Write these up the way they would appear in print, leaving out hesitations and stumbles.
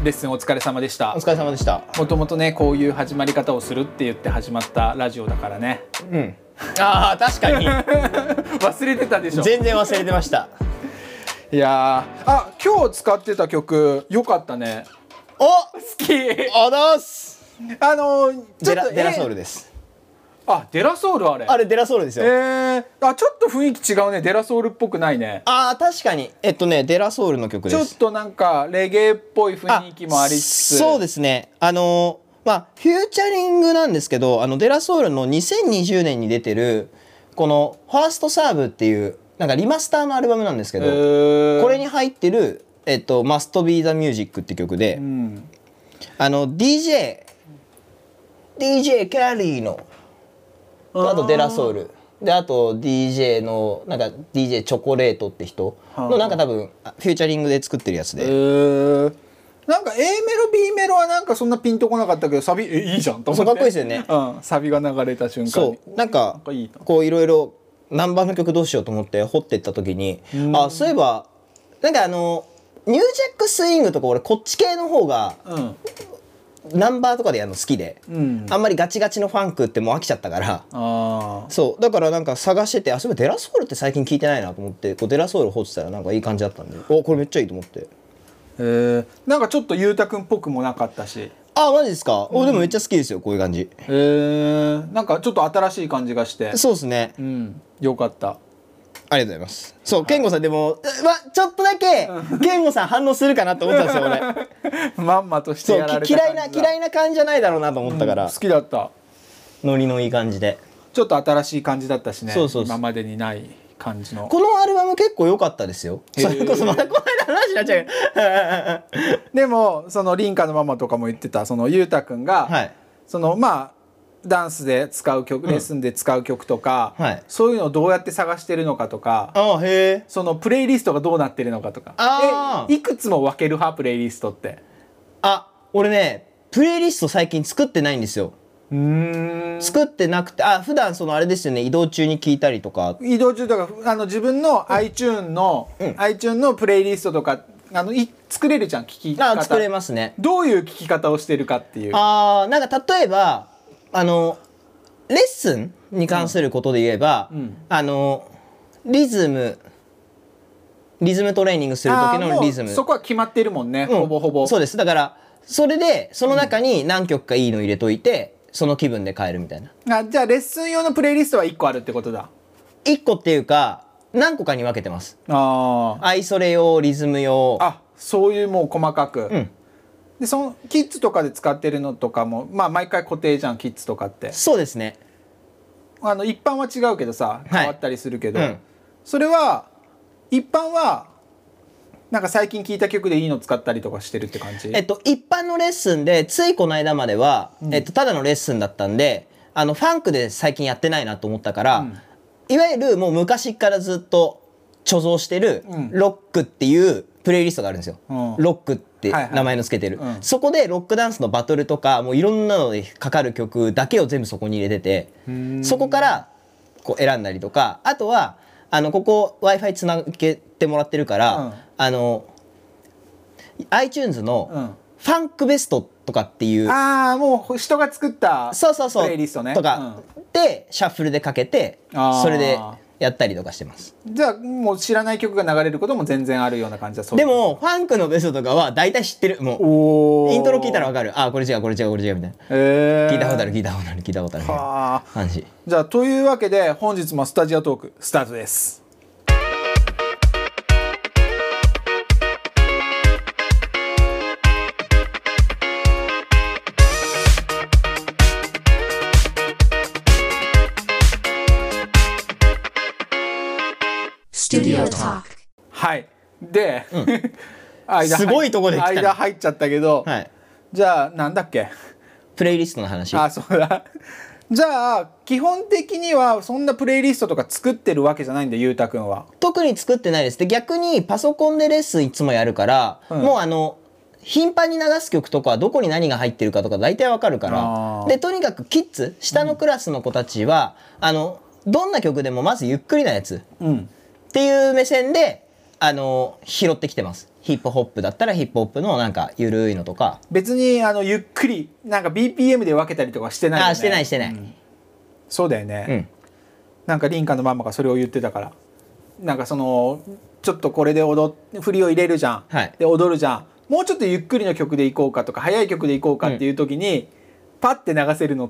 レッスンお疲れ様でした。 お疲れ様でした。 もともとねこういう始まり方をするって言って始まったラジオだからね。 うん。ああ確かに忘れてたでしょ。 全然忘れてました。 いやあ今日使ってた曲良かったね。 お好き。 あだす。 ちょっとデラソウルです。 あデラソウルあれデラソウルですよ。 あちょっと雰囲気違うね。デラソウルっぽくないね。 ああ確かにデラソウルの曲です。 ちょっとなんかレゲエっぽい雰囲気もありつつ。 そうですね。まあフューチャリングなんですけどデラソウルの2020年に出てるこのファーストサーブっていうなんかリマスターのアルバムなんですけど、これに入ってるMust Be the Music って曲で、DJ キャリーのあとデラソウルであと DJ のなんか DJ チョコレートって人のなんか多分フューチャリングで作ってるやつで、 なんか A メロ B メロはなんかそんなピンとこなかったけどサビいいじゃんと思って。 そうかっこいいですよね。 サビが流れた瞬間にそうなんかこういろいろ何番の曲どうしようと思って掘ってった時にそういえばなんかニュージャックスイングとか俺こっち系の方が、ナンバーとかでやるの好きで、あんまりガチガチのファンクってもう飽きちゃったから、そうだからなんか探しててそういえばデラソウルって最近聞いてないなと思ってこうデラソウル掘ってたらなんかいい感じだったんでこれめっちゃいいと思って。 なんかちょっとゆうたくんっぽくもなかったし。 マジですか。でもめっちゃ好きですよこういう感じ。 なんかちょっと新しい感じがしてそうですね。 よかった。 ありがとうございます。そう健吾さんでもちょっとだけ健吾さん反応するかなと思ったんですよ俺。 まんまとしてやられた感じだ。 嫌いな感じじゃないだろうなと思ったから、 好きだった。 ノリのいい感じでちょっと新しい感じだったしね。 そう今までにない感じの。 このアルバム結構良かったですよ。それこそまたこの間の話になっちゃうでもそのリンカのママとかも言ってたそのゆうたくんが、そのダンスで使う曲、レッスンで使う曲とか、そういうのをどうやって探してるのかとか、そのプレイリストがどうなってるのかとか、いくつも分ける派プレイリストって。 俺ねプレイリスト最近作ってないんですよ。作ってなくて普段そのあれですよね移動中に聞いたりとか。 移動中とか自分の iTunes のプレイリストとか作れるじゃん聞き方。 作れますね。 どういう聞き方をしてるかっていう。 なんか例えばレッスンに関することで言えば、リズムトレーニングする時のリズムそこは決まってるもんね、ほぼほぼ。 そうです。だからそれでその中に何曲かいいの入れといて、その気分で変えるみたいな。 じゃあレッスン用のプレイリストは1個あるってことだ。 1個っていうか何個かに分けてます。アイソレ用リズム用。 そういうもう細かく。でそのキッズとかで使ってるのとかも毎回固定じゃんキッズとかって。 そうですね。 一般は違うけどさ変わったりするけど、それは一般はなんか最近聴いた曲でいいの使ったりとかしてるって感じ？ 一般のレッスンでついこの間までは、ただのレッスンだったんでファンクで最近やってないなと思ったから、いわゆるもう昔からずっと貯蔵してるロックっていうプレイリストがあるんですよ。ロックって名前の付けてる、そこでロックダンスのバトルとかもういろんなのでかかる曲だけを全部そこに入れてて、そこからこう選んだりとか、あとはここ Wi-Fi つなげてもらってるから、iTunes のファンクベストとかっていうもう人が作ったプレイリストねとかでシャッフルでかけてそれでやったりとかしてます。 じゃあもう知らない曲が流れることも全然あるような感じだそうでもファンクのベストとかは大体知ってる。もうイントロ聞いたら分かる。これ違うこれ違うこれ違うみたいな、聞いたことある聞いたことある聞いたことあるみたいな感じ。 じゃあというわけで本日もスタジオトークスタートです。はいで、 すごいとこで来たね。 間入っちゃったけど、じゃあなんだっけプレイリストの話。 そうだじゃあ基本的にはそんなプレイリストとか作ってるわけじゃないんだゆうたくんは。 特に作ってないです。で逆にパソコンでレッスンいつもやるから、もう頻繁に流す曲とかどこに何が入ってるかとか大体わかるから。でとにかくキッズ下のクラスの子たちは、どんな曲でもまずゆっくりなやつ、っていう目線で拾ってきてます。 ヒップホップだったらヒップホップのなんかゆるいのとか。 別にゆっくりなんか BPM で分けたりとかしてないよね。 あ、してないしてない、 そうだよね、なんかリンカのママがそれを言ってたから、なんかそのちょっとこれで振りを入れるじゃん、で踊るじゃん、もうちょっとゆっくりの曲でいこうかとか速い曲でいこうかっていう時に、パッて流せるのって、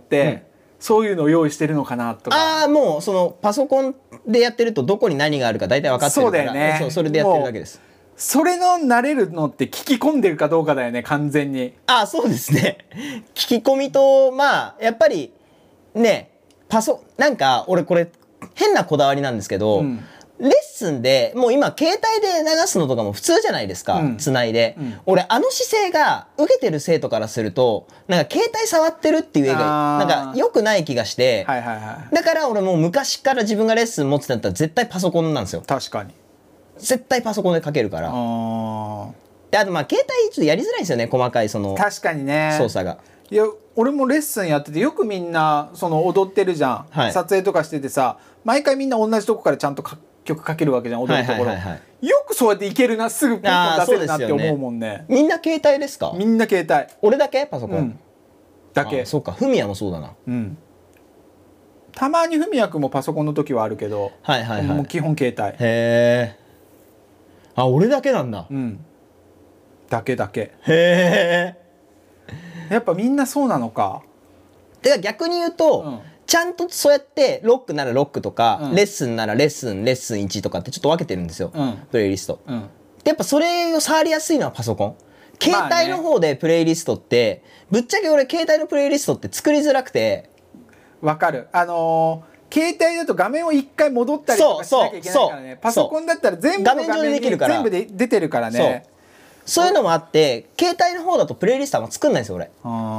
そういうのを用意してるのかなとか。 ああ、もうそのパソコンでやってるとどこに何があるか大体分かってるから。そうだよね。そう、それでやってるだけです。 それの慣れるのって聞き込んでるかどうかだよね、完全に。 ああ、そうですね。聞き込みと、まあやっぱりね、なんか俺これ変なこだわりなんですけど、レッスンでもう今携帯で流すのとかも普通じゃないですか、つないで、俺姿勢が受けてる生徒からするとなんか携帯触ってるっていう絵がなんか良くない気がして、だから俺もう昔から自分がレッスン持ってたんだったら絶対パソコンなんですよ。 確かに絶対パソコンで書けるから。であとまあ携帯ちょっとやりづらいんですよね、細かいその確かにね操作が。 いや俺もレッスンやっててよくみんなその踊ってるじゃん、撮影とかしててさ、毎回みんな同じとこからちゃんと曲かけるわけじゃん、踊るところ。よくそうやっていけるな、すぐポンポン出せるなって思うもんね。 みんな携帯ですか？ みんな携帯。 俺だけパソコン、 だけ。 そうか、フミヤもそうだな。 たまにフミヤ君もパソコンの時はあるけど、もう基本携帯。へえ。あ、俺だけなんだ。 だけ。へえ。 やっぱみんなそうなのか。 で逆に言うと、ちゃんとそうやってロックならロックとか、レッスンならレッスン1とかってちょっと分けてるんですよ、プレイリスト。でやっぱそれを触りやすいのはパソコン。携帯の方でプレイリストって、ぶっちゃけ俺携帯のプレイリストって作りづらくて。 わかる。携帯だと画面を一回戻ったりとかしなきゃいけないからね。パソコンだったら全部の画面に全部で出てるからね。 そういうのもあって携帯の方だとプレイリストは作んないんですよ俺。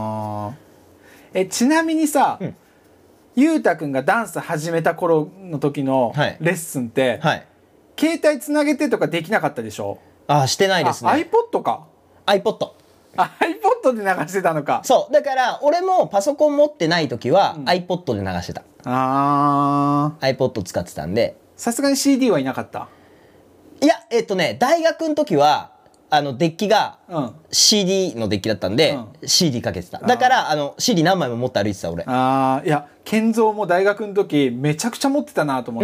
ちなみにさ、ゆうたくんがダンス始めた頃の時のレッスンって、携帯つなげてとかできなかったでしょ？ あ、してないですね。 iPod か。 iPod で流してたのか。 そうだから俺もパソコン持ってない時は iPod で流してた。iPod 使ってたんで。 さすがに CD はいなかった？ いや大学の時はデッキが CD のデッキだったんで、CD かけてた。だからCD 何枚も持って歩いてた俺。 いや健三も大学の時めちゃくちゃ持ってたなと思って、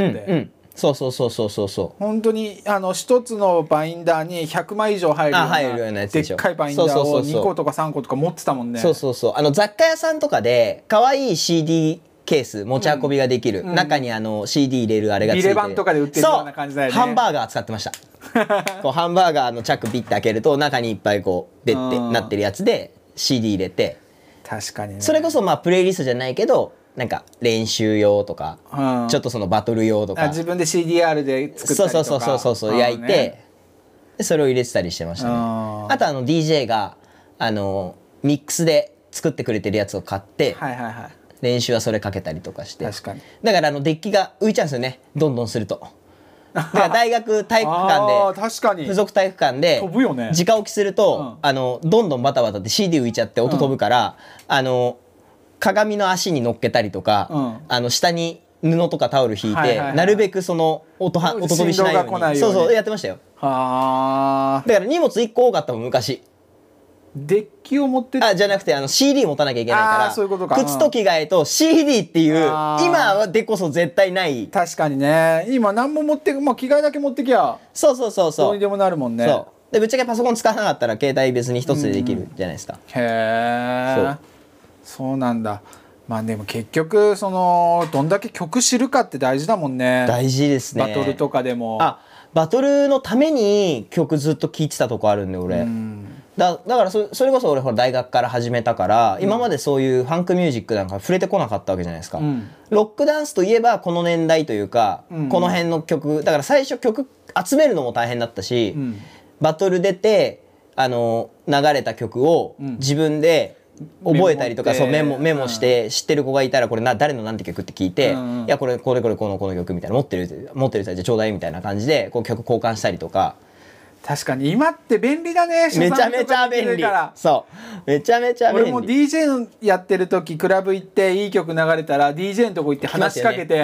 そう本当に一つのバインダーに100枚以上入るようなでっかいバインダーを2個とか3個とか持ってたもんね。 雑貨屋さんとかで可愛い CD ケース持ち運びができる、中にCD 入れるあれがついてる、 ビレバンとかで売ってるような感じだよね。 ハンバーガー使ってました。こうハンバーガーのチャックピッて開けると中にいっぱいこうベッてなってるやつで CD 入れて。 確かにね。 それこそまあプレイリストじゃないけどなんか練習用とか、ちょっとそのバトル用とか自分で CDR で作ったりとかそう焼いて、でそれを入れてたりしてましたね。あとDJ がミックスで作ってくれてるやつを買って、練習はそれかけたりとかして。 確かに。 だからデッキが浮いちゃうんですよね、どんどんすると。だから大学体育館で、 確かに付属体育館で飛ぶよね。 直置きすると、どんどんバタバタって CD 浮いちゃって音飛ぶから、鏡の足に乗っけたりとか、下に布とかタオル引いて、なるべくその音飛びしないように。そうやってましたよ。だから荷物1個多かったもん昔。 デッキを持ってじゃなくてCD 持たなきゃいけないからそういうことか。 靴と着替えと CD っていう今でこそ絶対ない。 確かにね。今何も持って着替えだけ持ってきゃそうどうにでもなるもんね。 でぶっちゃけパソコン使わなかったら携帯別に一つでできるじゃないですか。 へえ。そうなんだ。まあでも結局どんだけ曲知るかって大事だもんね。 大事ですね。 バトルとかでも。 バトルのために曲ずっと聴いてたとこあるんで俺。だからそれこそ俺大学から始めたから、今までそういうファンクミュージックなんか触れてこなかったわけじゃないですか。ロックダンスといえばこの年代というか、この辺の曲だから最初曲集めるのも大変だったし、バトル出て流れた曲を自分で覚えたりとか、メモして知ってる子がいたらこれ誰のなんて曲って聞いて、いやこれこの曲みたいな持ってる人じゃちょうだいみたいな感じでこう曲交換したりとか。 確かに今って便利だね。 めちゃめちゃ便利。そうめちゃめちゃ便利。 俺も DJ やってる時クラブ行っていい曲流れたら DJ のとこ行って話しかけて、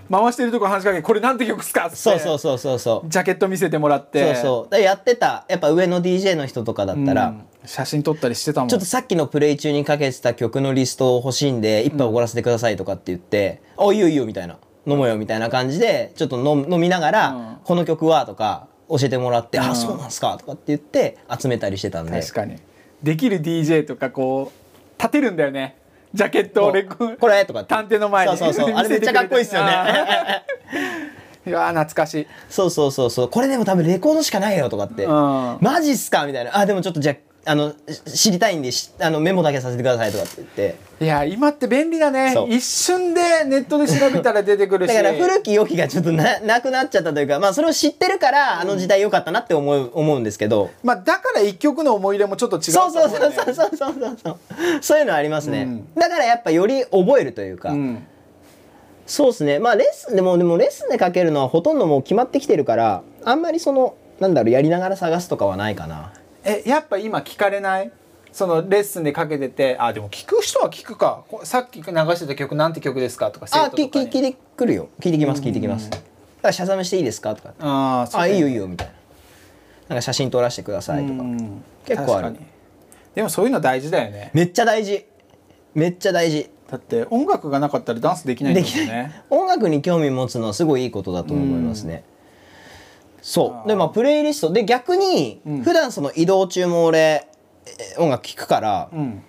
回してるとこ話しかけて、これなんて曲っすかっつって、 そうそうそうそうそう、 ジャケット見せてもらって、 そうそうでやってたやっぱ上の DJ の人とかだったら、 写真撮ったりしてたもん。 ちょっとさっきのプレイ中にかけてた曲のリストを欲しいんで一杯おごらせてくださいとかって言って「あいいよいいよ」みたいな「飲もうよ」みたいな感じでちょっと飲みながら「この曲は?」とか教えてもらって「あそうなんすか」とかって言って集めたりしてたんで。 確かにできる DJ とかこう立てるんだよね、ジャケットをこれとか探偵の前に、 そうそうそうあれめっちゃかっこいいっすよねいや懐かしい。 そうそうそうそう、これでも多分レコードしかないよとかって、マジっすかみたいな、あでもちょっとじゃ知りたいんでメモだけさせてくださいとかって言って。 いや今って便利だね、一瞬でネットで調べたら出てくるしだから古き良きがちょっとなくなっちゃったというか、まあそれを知ってるからあの時代良かったなって思うんですけど、 まあだから一曲の思い入れもちょっと違う、 そうそうそうそうそうそうそういうのありますね、だからやっぱより覚えるというか、そうですね。まあレッスンでもレッスンでかけるのはほとんどもう決まってきてるから、あんまりなんだろうやりながら探すとかはないかな。 やっぱ今聞かれない？そのレッスンでかけてて、でも聞く人は聞くか。さっき流してた曲なんて曲ですかとか生徒とかに。 聞いてくるよ。聞いてきます聞いてきます。だからシャザムしていいですかとか。いいよいいよみたいな。なんか写真撮らせてくださいとか。結構ある。 でもそういうの大事だよね。 めっちゃ大事。めっちゃ大事。 だって音楽がなかったらダンスできないんだもんね。 音楽に興味持つのはすごいいいことだと思いますね。そうでプレイリストで逆に普段その移動中も俺音楽聴くから、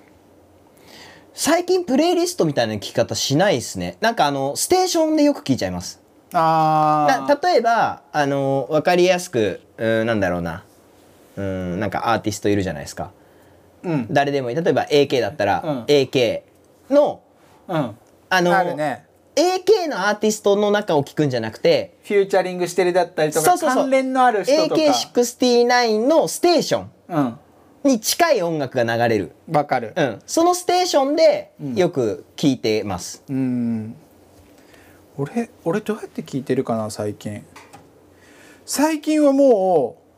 最近プレイリストみたいな聴き方しないですね。なんかステーションでよく聴いちゃいます。例えば分かりやすくなんだろうな、なんかアーティストいるじゃないですか、誰でもいい。例えば AK だったら、AK のあるね。 AK のアーティストの中を聞くんじゃなくてフューチャリングしてるだったりとか関連のある人とか AK69 のステーションに近い音楽が流れる。 わかる、 そのステーションでよく聞いてます。 俺どうやって聞いてるかな最近はもう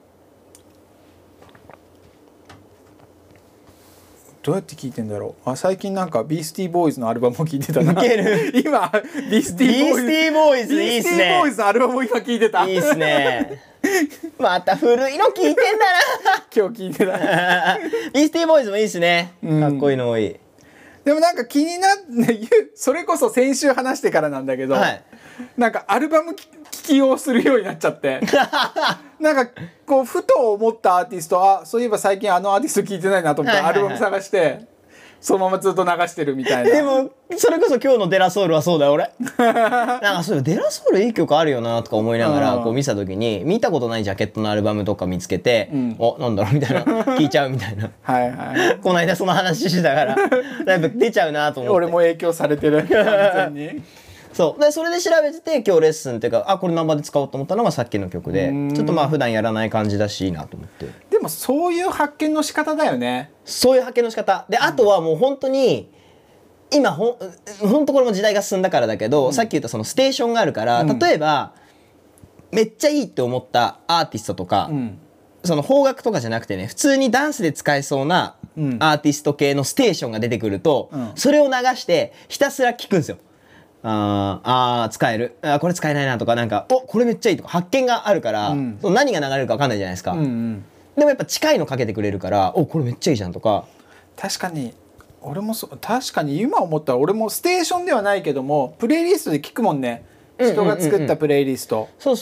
どうやって聴いてんだろう。最近なんかビースティーボーイズのアルバムを聴いてたな。今ビースティーボーイズいいっすね。ビースティーボーイズのアルバムを今聴いてた。 いいっすね。また古いの聴いてんだな。 今日聴いてた。 ビースティーボーイズもいいっすね。かっこいいの多い。 でもなんか気になってそれこそ先週話してからなんだけど、なんかアルバム聴きをするようになっちゃってなんかこうふと思ったアーティスト、そういえば最近あのアーティスト聴いてないなと思ってアルバム探してそのままずっと流してるみたいな。 でもそれこそ今日のデラソウルはそうだよ俺。なんかそういうデラソウルいい曲あるよなとか思いながらこう見た時に見たことないジャケットのアルバムとか見つけて、なんだろうみたいな聞いちゃうみたいな。この間その話してたからやっぱ出ちゃうなと思って。 俺も影響されてる完全に。 そうでそれで調べてて今日レッスンっていうかこれ生で使おうと思ったのがさっきの曲で、ちょっと普段やらない感じだしいいなと思って。 でもそういう発見の仕方だよね。 そういう発見の仕方で、あとはもう本当に今ほんとこれも時代が進んだからだけど、さっき言ったそのステーションがあるから、例えばめっちゃいいって思ったアーティストとか、その邦楽とかじゃなくてね普通にダンスで使えそうなアーティスト系のステーションが出てくると、それを流してひたすら聴くんですよ。使える、これ使えないなとか、なんかこれめっちゃいいとか発見があるから、その何が流れるか分かんないじゃないですか、でもやっぱ近いのかけてくれるからこれめっちゃいいじゃんとか。 確かに俺も確かに今思ったら俺もステーションではないけどもプレイリストで聞くもんね、人が作ったプレイリスト。 そう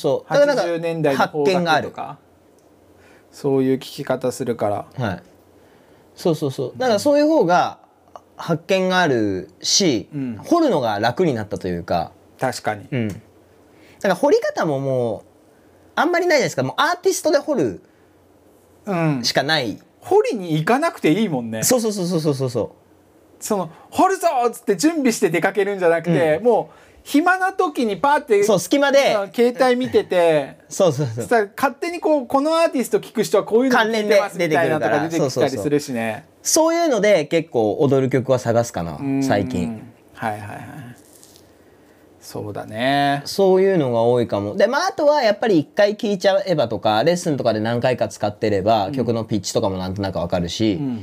80年代の発見があるとかそういう聞き方するから。 そうだからそういう方が発見があるし、掘るのが楽になったというか。 確かに、 だから掘り方ももうあんまりないじゃないですか。もうアーティストで掘るしかない、 掘りに行かなくていいもんね。 そうその掘るぞっつって準備して出かけるんじゃなくて、もう暇な時にパーって隙間で携帯見ててそう勝手にこのアーティスト聞く人はこういうの聞いてますみたいなとか出てきたりするしね。 そういうので結構踊る曲は探すかな最近。 そうだね。 そういうのが多いかも。であとはやっぱり一回聴いちゃえばとかレッスンとかで何回か使ってれば、曲のピッチとかもなんとなくわかるし、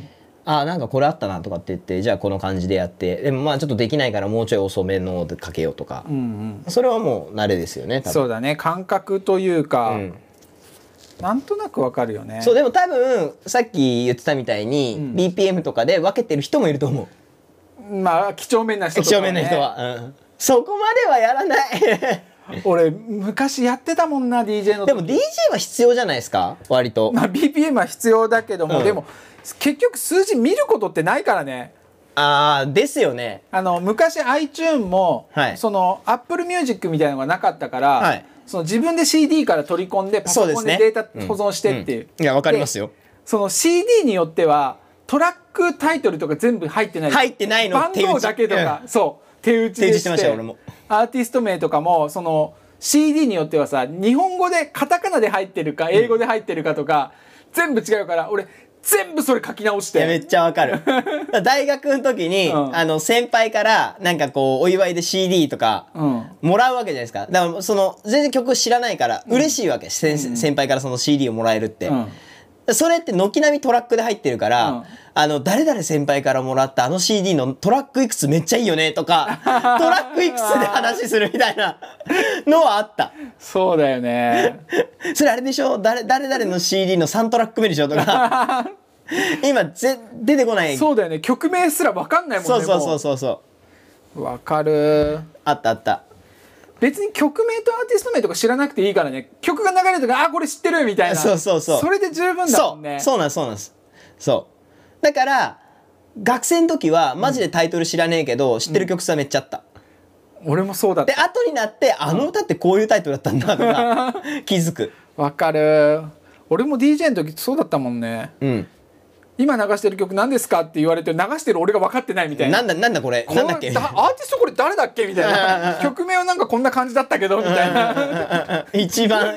あなんかこれあったなとかって言って、じゃあこの感じでやって、でもまあちょっとできないからもうちょい遅めのでかけようとか、それはもう慣れですよね。 そうだね、感覚というか、なんとなくわかるよね。 そうでも多分さっき言ってたみたいに、BPM とかで分けてる人もいると思う。まあ几帳面な人とか、ね、 几帳面な人は、そこまではやらない俺昔やってたもんな DJ の時。 でも DJ は必要じゃないですか割と。 まあ BPM は必要だけども、でも結局数字見ることってないからね。 あーですよね。 昔 iTune も、その Apple Music みたいなのがなかったから、その自分で CD から取り込んでパソコンでデータ保存してっていう。 いやわかりますよ。 その CD によってはトラックタイトルとか全部入ってない。 入ってないの番号だけとか、そう手打ちでして、アーティスト名とかもその CD によってはさ、日本語でカタカナで入ってるか英語で入ってるかとか、全部違うから、俺全部それ書き直して。 めっちゃわかる大学の時に、先輩からなんかこうお祝いで CD とかもらうわけじゃないですか。だからその全然曲知らないから嬉しいわけ、先輩からその CD をもらえるって、それって軒並みトラックで入ってるから、誰々先輩からもらったあの CD のトラックいくつめっちゃいいよねとかトラックいくつで話するみたいなのはあった。 そうだよねそれあれでしょ、誰々の CD の3トラック目でしょとか今出てこない。 そうだよね、曲名すら分かんないもんね。そう分かる。 あったあった。 別に曲名とアーティスト名とか知らなくていいからね、曲が流れるとか、あこれ知ってるみたいな、それで十分だもんね。 そうなんですそうだから学生の時はマジでタイトル知らねえけど、知ってる曲さめっちゃあった。 俺もそうだった。 で後になってあの歌ってこういうタイトルだったんだとか気づく。 わかる。俺も DJ の時そうだったもんね。今流してる曲何ですかって言われて、流してる俺が分かってないみたいな。 なんだこれなんだっけ、 アーティストこれ誰だっけみたいな曲名はなんかこんな感じだったけどみたいな一番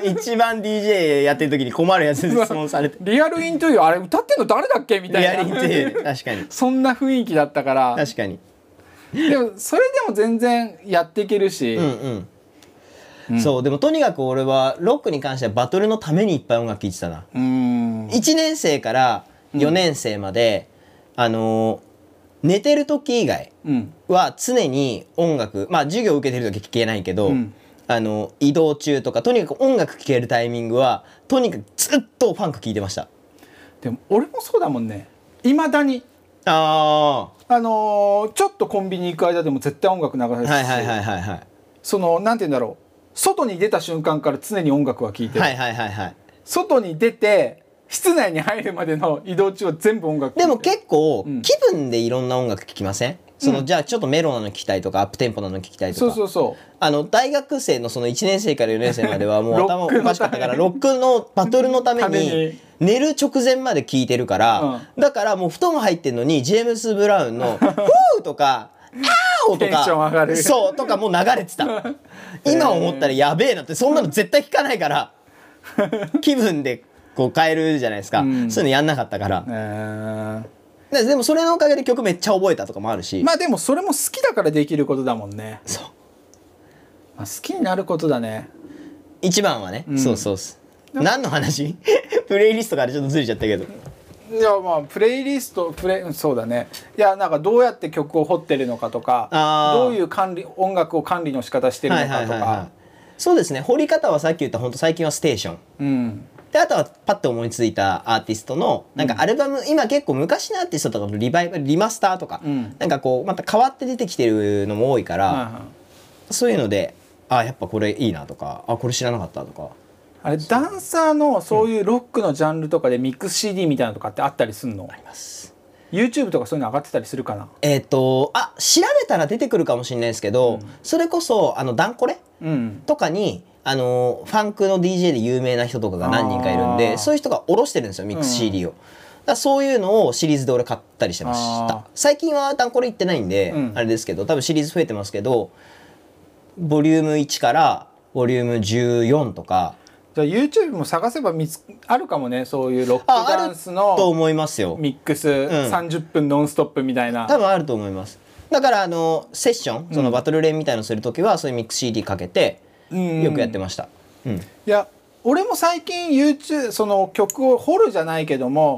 DJ やってる時に困るやつで質問されてリアルイントゥーあれ歌ってんの誰だっけみたいな。 リアルイントゥー確かにそんな雰囲気だったから。 確かに。 でもそれでも全然やっていけるし、 そうでもとにかく俺はロックに関してはバトルのためにいっぱい音楽聴いてたな。1年生から4年生まで、寝てる時以外は常に音楽、まあ授業受けてる時聴けないけど、移動中とかとにかく音楽聴けるタイミングはとにかくずっとファンク聴いてました。 でも俺もそうだもんね、いまだに。ちょっとコンビニ行く間でも絶対音楽流れるし、そのなんて言うんだろう、外に出た瞬間から常に音楽は聴いてる。外に出て室内に入るまでの移動中は全部音楽。 でも結構気分でいろんな音楽聴きません？じゃあちょっとメロなの聴きたいとかアップテンポなの聴きたいとか。大学生のその1年生から4年生まではもう頭おかしかったからロックのバトルのために寝る直前まで聴いてるから、だからもう布団入ってんのにジェームス・ブラウンの「フー」とか「あー」とかそうとかもう流れてた今思ったらやべえなって、そんなの絶対聴かないから気分でこう変えるじゃないですか、そういうのやんなかったから。でもそれのおかげで曲めっちゃ覚えたとかもあるし、 まあでもそれも好きだからできることだもんね。そう、まあ、好きになることだね一番はね。そうっす。何の話プレイリストからちょっとずれちゃったけど。 いやまあプレイリストそうだね。いやなんかどうやって曲を掘ってるのかとか、どういう音楽を管理の仕方してるのかとか。 そうですね、掘り方はさっき言った本当最近はステーション、であとはパッと思いついたアーティストのなんかアルバム、今結構昔のアーティストとかのリマスターとか、なんかこうまた変わって出てきてるのも多いから、そういうのでやっぱこれいいなとか、これ知らなかったとか。 あれダンサーのそういうロックのジャンルとかでミックス CD みたいなのとかってあったりするの？ あります。 YouTube とかそういうの上がってたりするかな？ 調べたら出てくるかもしれないですけど、それこそダンコレ、とかにファンクの DJ で有名な人とかが何人かいるんで、そういう人が下ろしてるんですよミックス CD を。だからそういうのをシリーズで俺買ったりしてました。最近はダンコレ行ってないんで、あれですけど多分シリーズ増えてますけど、ボリューム1からボリューム14とか。 じゃあ YouTube も探せばあるかもね、そういうロックダンスのと思いますよ。 ミックス30分ノンストップみたいな、 多分あると思います。だからセッション、そのバトル練みたいのする時はそういうミックス CD かけてよくやってました。いや俺も最近 YouTube その曲を掘るじゃないけども、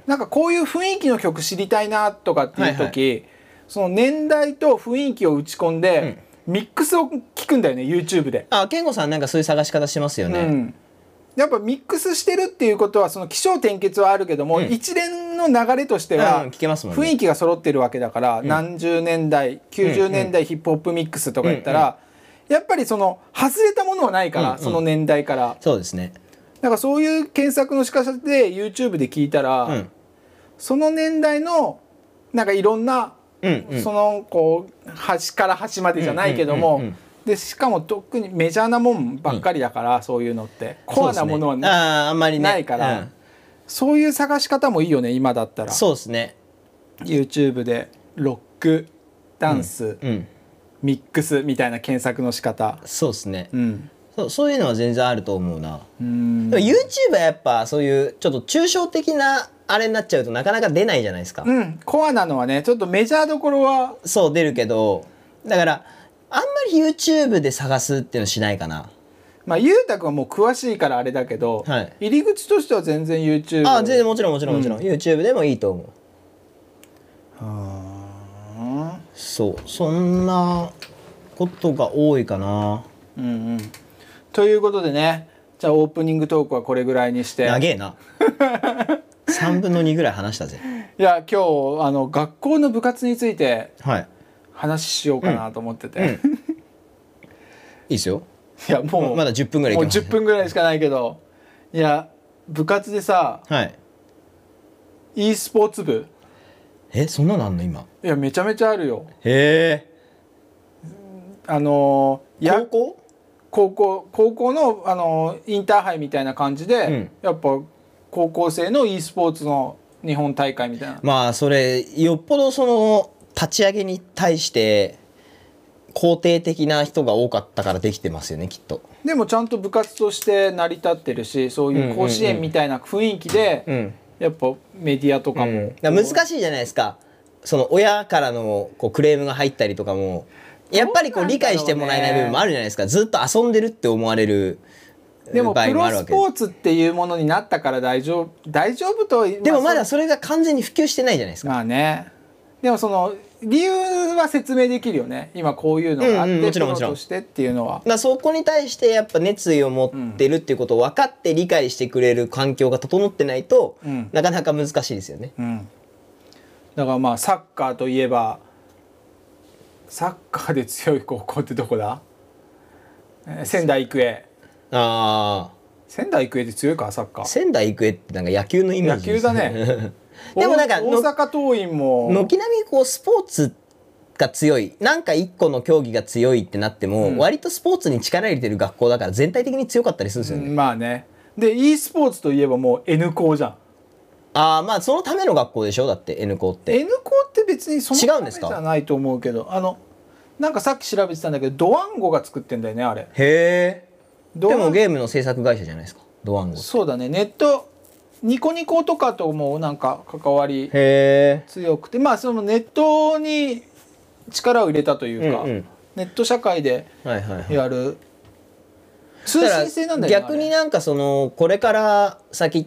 なんかこういう雰囲気の曲知りたいなとかっていう時、その年代と雰囲気を打ち込んで、ミックスを聞くんだよね YouTube で。 健吾さんなんかそういう探し方してますよね。 やっぱミックスしてるっていうことはその起承転結はあるけども、一連の流れとしては雰囲気が揃ってるわけだから、何十年代90年代ヒップホップミックスとか言ったら、やっぱりその外れたものはないから、その年代から。 そうですね。 だからそういう検索の仕方で YouTube で聞いたら、その年代のなんかいろんな、そのこう端から端までじゃないけども、でしかも特にメジャーなもんばっかりだから、そういうのってコアなものはあんまりないから、そういう探し方もいいよね今だったら。 そうですね。 YouTube でロックダンス、ミックスみたいな検索の仕方。 そうですね。そういうのは全然あると思うな。でも YouTube はやっぱそういうちょっと抽象的なあれになっちゃうとなかなか出ないじゃないですか。 コアなのはねちょっとメジャーどころはそう出るけど、だからあんまり YouTube で探すっていうのしないかな。 まあゆうたくんはもう詳しいからあれだけど、入り口としては全然 YouTube。 全然もちろん、YouTube でもいいと思う。そうそんなことが多いかな。 ということでね、じゃあオープニングトークはこれぐらいにして。 長えな3分の2ぐらい話したぜ。 いや今日学校の部活について話しようかなと思ってて、 いいですよ。 いやもうまだ10分ぐらいもう10分ぐらいしかないけど、いや部活でさ、e スポーツ部、 そんなのあんの今。 いやめちゃめちゃあるよ。 へえ。 高校のインターハイみたいな感じで、やっぱ高校生の e スポーツの日本大会みたいな。 まあそれよっぽどその立ち上げに対して肯定的な人が多かったからできてますよねきっと。 でもちゃんと部活として成り立ってるし、そういう甲子園みたいな雰囲気で、やっぱメディアとかも、 難しいじゃないですか。その親からのこうクレームが入ったりとかもやっぱりこう理解してもらえない部分もあるじゃないですか。ずっと遊んでるって思われるでもプロスポーツっていうものになったから大丈夫と。 でもまだそれが完全に普及してないじゃないですか。 まあね。でもその理由は説明できるよね。今こういうのがあって、プロとしてっていうのは。 そこに対してやっぱ熱意を持ってるっていうことを分かって理解してくれる環境が整ってないと、なかなか難しいですよね。 だからまあサッカーといえば、サッカーで強い高校ってどこだ？仙台育英。仙台育英って強いかサッカー。 仙台育英ってなんか野球のイメージですね。 野球だね。 でもなんか大阪桐蔭も軒並みこうスポーツが強い、なんか一個の競技が強いってなっても、割とスポーツに力入れてる学校だから全体的に強かったりするんですよね。 まあね。で e スポーツといえばもう N 高じゃん。 まあそのための学校でしょ。だって N 高って。 N 校って別にそのためじゃないと思うけど、なんかさっき調べてたんだけどドワンゴが作ってんだよねあれ。 へえ。でもゲームの制作会社じゃないですかドワンゴ。 そうだね。ネットニコニコとかともなんか関わり強くて、まあそのネットに力を入れたというか、ネット社会でやる通信制なんだよね。 逆になんかそのこれから先って、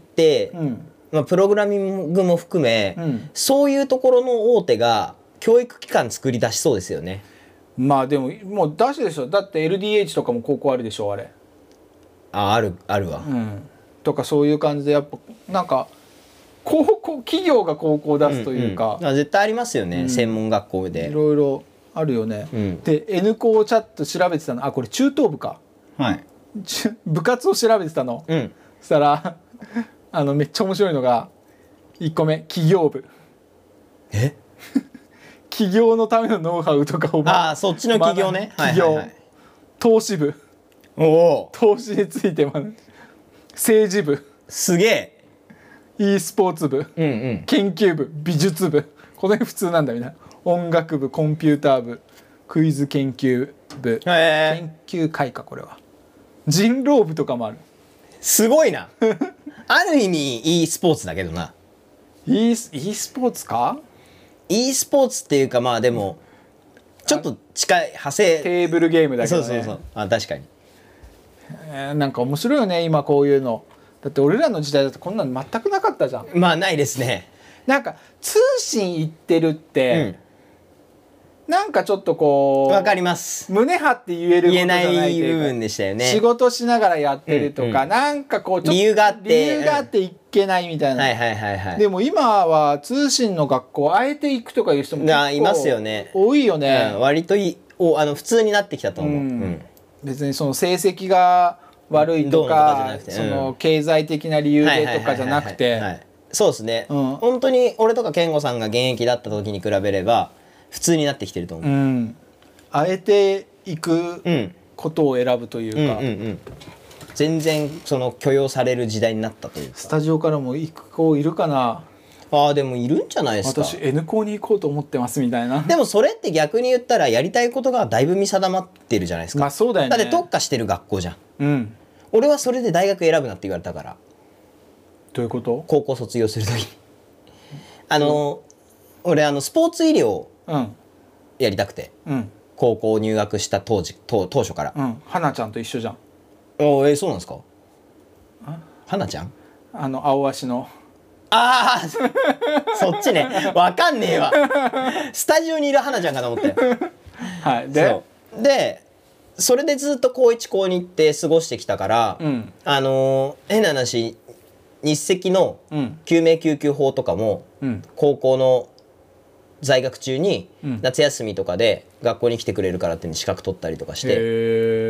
プログラミングも含め、そういうところの大手が教育機関作り出しそうですよね。 まあでももう出しでしょ。だって LDH とかも高校あるでしょあれ。 あるわ。 とかそういう感じでやっぱなんか高校企業が高校を出すというか、 絶対ありますよね、専門学校でいろいろあるよね。で N 校をチャット調べてたの、これ中等部か、部活を調べてたの、そしたらめっちゃ面白いのが1個目企業部。企業のためのノウハウとかをそっちの企業ね。 企業、投資部、投資について学ぶ。政治部、 すげえ。 e スポーツ部、研究部、美術部、この辺普通なんだみたいな。音楽部、コンピューター部、クイズ研究部、研究会かこれは。人狼部とかもある。 すごいなある意味 e スポーツだけどな。 e スポーツか？ e スポーツっていうかまあでもちょっと近い派生テーブルゲームだけどね。 そう確かに。 なんか面白いよね今こういうの。だって俺らの時代だとこんなの全くなかったじゃん。 まあないですね。 なんか通信行ってるって、なんかちょっとこうわかります、 胸張って言えることじゃないというか、 言えない部分でしたよね。 仕事しながらやってるとか、なんかこうちょっと理由があっていけないみたいな。でも今は通信の学校あえて行くとかいう人も結構いますよね。 多いよね。 割と普通になってきたと思う。 別にその成績が悪いとかその経済的な理由でとかじゃなくて、 そうですね、本当に俺とか健吾さんが現役だった時に比べれば普通になってきてると思う。 あえて行くことを選ぶというか、 全然その許容される時代になったというか。 スタジオからも行く子いるかな。 でもいるんじゃないですか。 私 N 校に行こうと思ってますみたいな。 でもそれって逆に言ったらやりたいことがだいぶ見定まってるじゃないですか。 まあそうだよね。 だって特化してる学校じゃん。俺はそれで大学選ぶなって言われたから。 どういうこと？ 高校卒業する時に俺スポーツ医療やりたくて、高校入学した当初から。 花ちゃんと一緒じゃん。 そうなんですか？花ちゃん？ 青足の。 そっちね。わかんねえわ。スタジオにいる花ちゃんかと思って。 はい。 でそれでずっと高1高2って過ごしてきたから、変な話日赤の救命救急法とかも、高校の在学中に夏休みとかで学校に来てくれるからって資格取ったりとかして、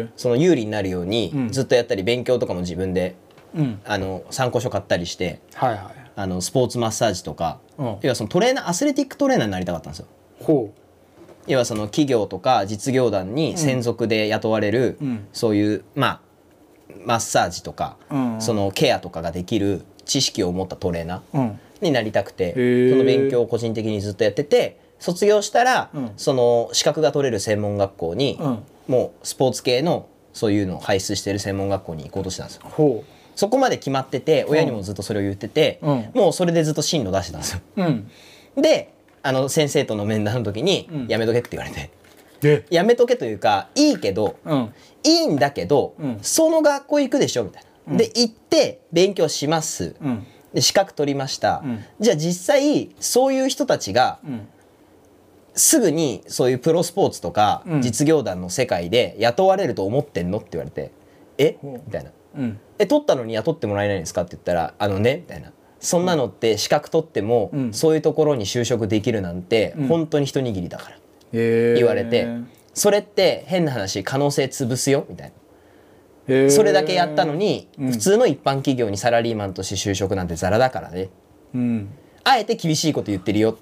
その有利になるようにずっとやったり、勉強とかも自分で参考書買ったりして、スポーツマッサージとか、要はそのアスレティックトレーナーになりたかったんですよ。要はその企業とか実業団に専属で雇われる、そういうマッサージとか、そのケアとかができる知識を持ったトレーナーになりたくて、その勉強を個人的にずっとやってて、卒業したら、その資格が取れる専門学校に、もうスポーツ系のそういうのを輩出している専門学校に行こうとしたんですよ。そこまで決まってて、親にもずっとそれを言ってて、もうそれでずっと進路出してたんですよ。で先生との面談の時に「やめとけ」って言われて、やめとけというか、いいけど、いいんだけど、その学校行くでしょみたいな。で行って勉強します、で資格取りました、じゃあ実際そういう人たちが、すぐにそういうプロスポーツとか、実業団の世界で雇われると思ってんのって言われて「みたいな「取ったのに雇ってもらえないんですか?」って言ったら「みたいな。そんなのって資格取っても、そういうところに就職できるなんて、本当に一握りだから言われて、それって変な話可能性潰すよみたいな。それだけやったのに、普通の一般企業にサラリーマンとして就職なんてザラだからね、あえて厳しいこと言ってるよって。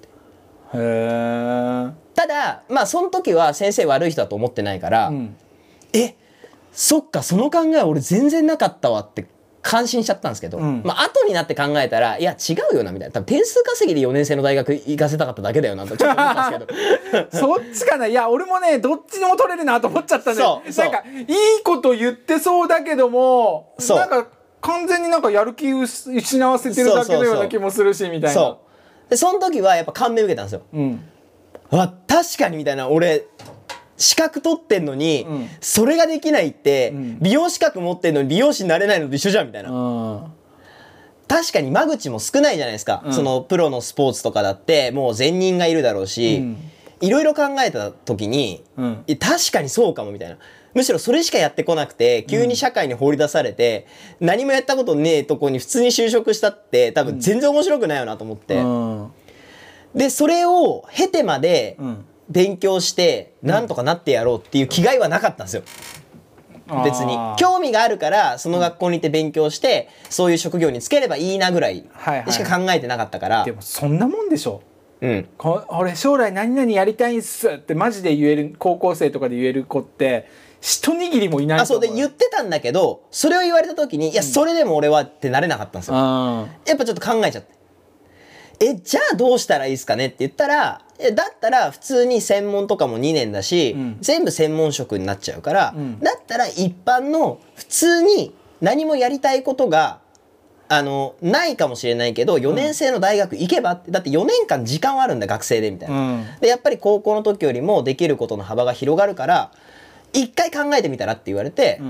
ただその時は先生悪い人だと思ってないから、そっかその考え俺全然なかったわって感心しちゃったんですけど、後になって考えたらいや違うよなみたいな、多分点数稼ぎで4年生の大学行かせたかっただけだよなとちょっと思ったんですけどそっちかな。いや俺もねどっちにも取れるなと思っちゃったんで、なんかいいこと言ってそうだけども、なんか完全になんかやる気失わせてるだけのような気もするしみたいな。 でその時はやっぱ感銘受けたんですよ。確かにみたいな、俺資格取ってんのに、それができないって、美容資格持ってんのに美容師になれないのと一緒じゃんみたいな。確かに間口も少ないじゃないですか、そのプロのスポーツとかだってもう前任がいるだろうし、いろいろ考えた時に、確かにそうかもみたいな。むしろそれしかやってこなくて急に社会に放り出されて、何もやったことねえとこに普通に就職したって多分全然面白くないよなと思って、でそれを経てまで、勉強してなんとかなってやろうっていう気概はなかったんですよ。別に興味があるからその学校に行って勉強して、そういう職業に就ければいいなぐらいしか考えてなかったから。 でもそんなもんでしょ。俺将来何々やりたいんすってマジで言える高校生とかで言える子って一握りもいないと思う。 そうで言ってたんだけど、それを言われた時にいやそれでも俺はってなれなかったんですよ。やっぱちょっと考えちゃって、じゃあどうしたらいいですかねって言ったら、だったら普通に専門とかも2年だし、全部専門職になっちゃうから、だったら一般の普通に何もやりたいことがないかもしれないけど4年生の大学行けばって、だって4年間時間はあるんだ学生でみたいな、でやっぱり高校の時よりもできることの幅が広がるから一回考えてみたらって言われて、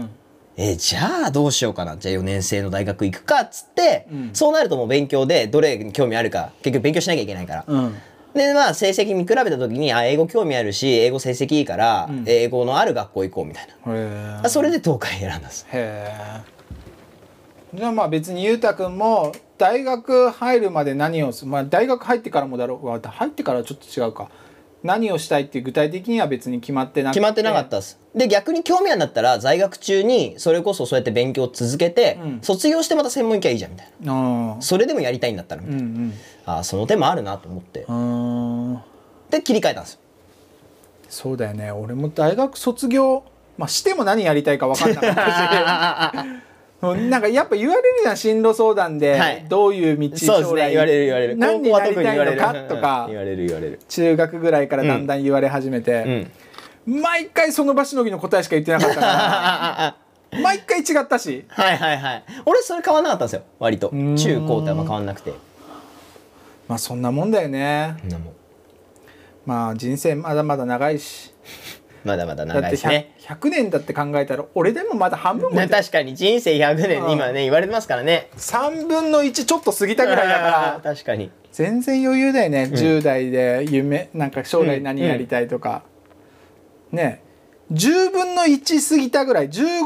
じゃあどうしようかな、じゃあ4年生の大学行くかっつって、そうなるともう勉強でどれに興味あるか結局勉強しなきゃいけないから、でまあ成績見比べた時に英語興味あるし英語成績いいから、英語のある学校行こうみたいな、それで東海選んだんです。 へえ。じゃあまあ別にゆうたくんも大学入るまで何をまあ大学入ってからもだろう、入ってからはちょっと違うか、何をしたいっていう具体的には別に決まってなかったです。で逆に興味あるんだったら在学中にそれこそそうやって勉強を続けて、卒業してまた専門行きゃいいじゃんみたいな、それでもやりたいんだったらみたいな、その手もあるなと思ってで切り替えたんですよ。 そうだよね、俺も大学卒業、まあ、しても何やりたいか分かんなかったしなんかやっぱ言われるじゃん、進路相談で、どういう道将来、言われる何になりたいのかとか言われる中学ぐらいからだんだん言われ始めて、毎回その場しのぎの答えしか言ってなかったから毎回違ったし、 俺それ変わんなかったんですよ割と。中高ってあんま変わんなくて、 まあそんなもんだよね。まあ人生まだまだ長いしまだまだ長いですね。 だって 100年だって考えたら俺でもまだ半分も確かに人生100年今ね言われてますからね。 3分の1ちょっと過ぎたぐらいだから確かに全然余裕だよね、10代で夢なんか将来何やりたいとか、ね10分の1過ぎたぐらい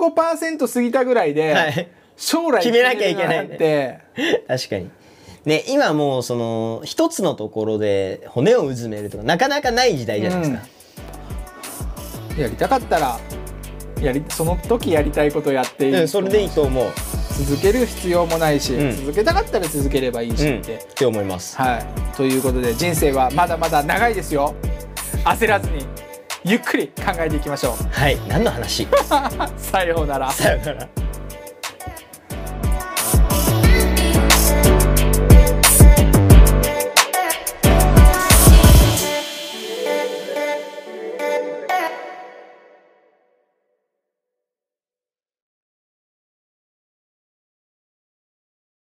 15% 過ぎたぐらいで将来決めなきゃいけないって確かにね、今もうその一つのところで骨をうずめるとかなかなかない時代じゃないですか。 やりたかったらその時やりたいことやっていい、 それでいいと思う。 続ける必要もないし、続けたかったら続ければいいしって思います。 ということで人生はまだまだ長いですよ。焦らずにゆっくり考えていきましょう。 何の話さようなら。 さようなら。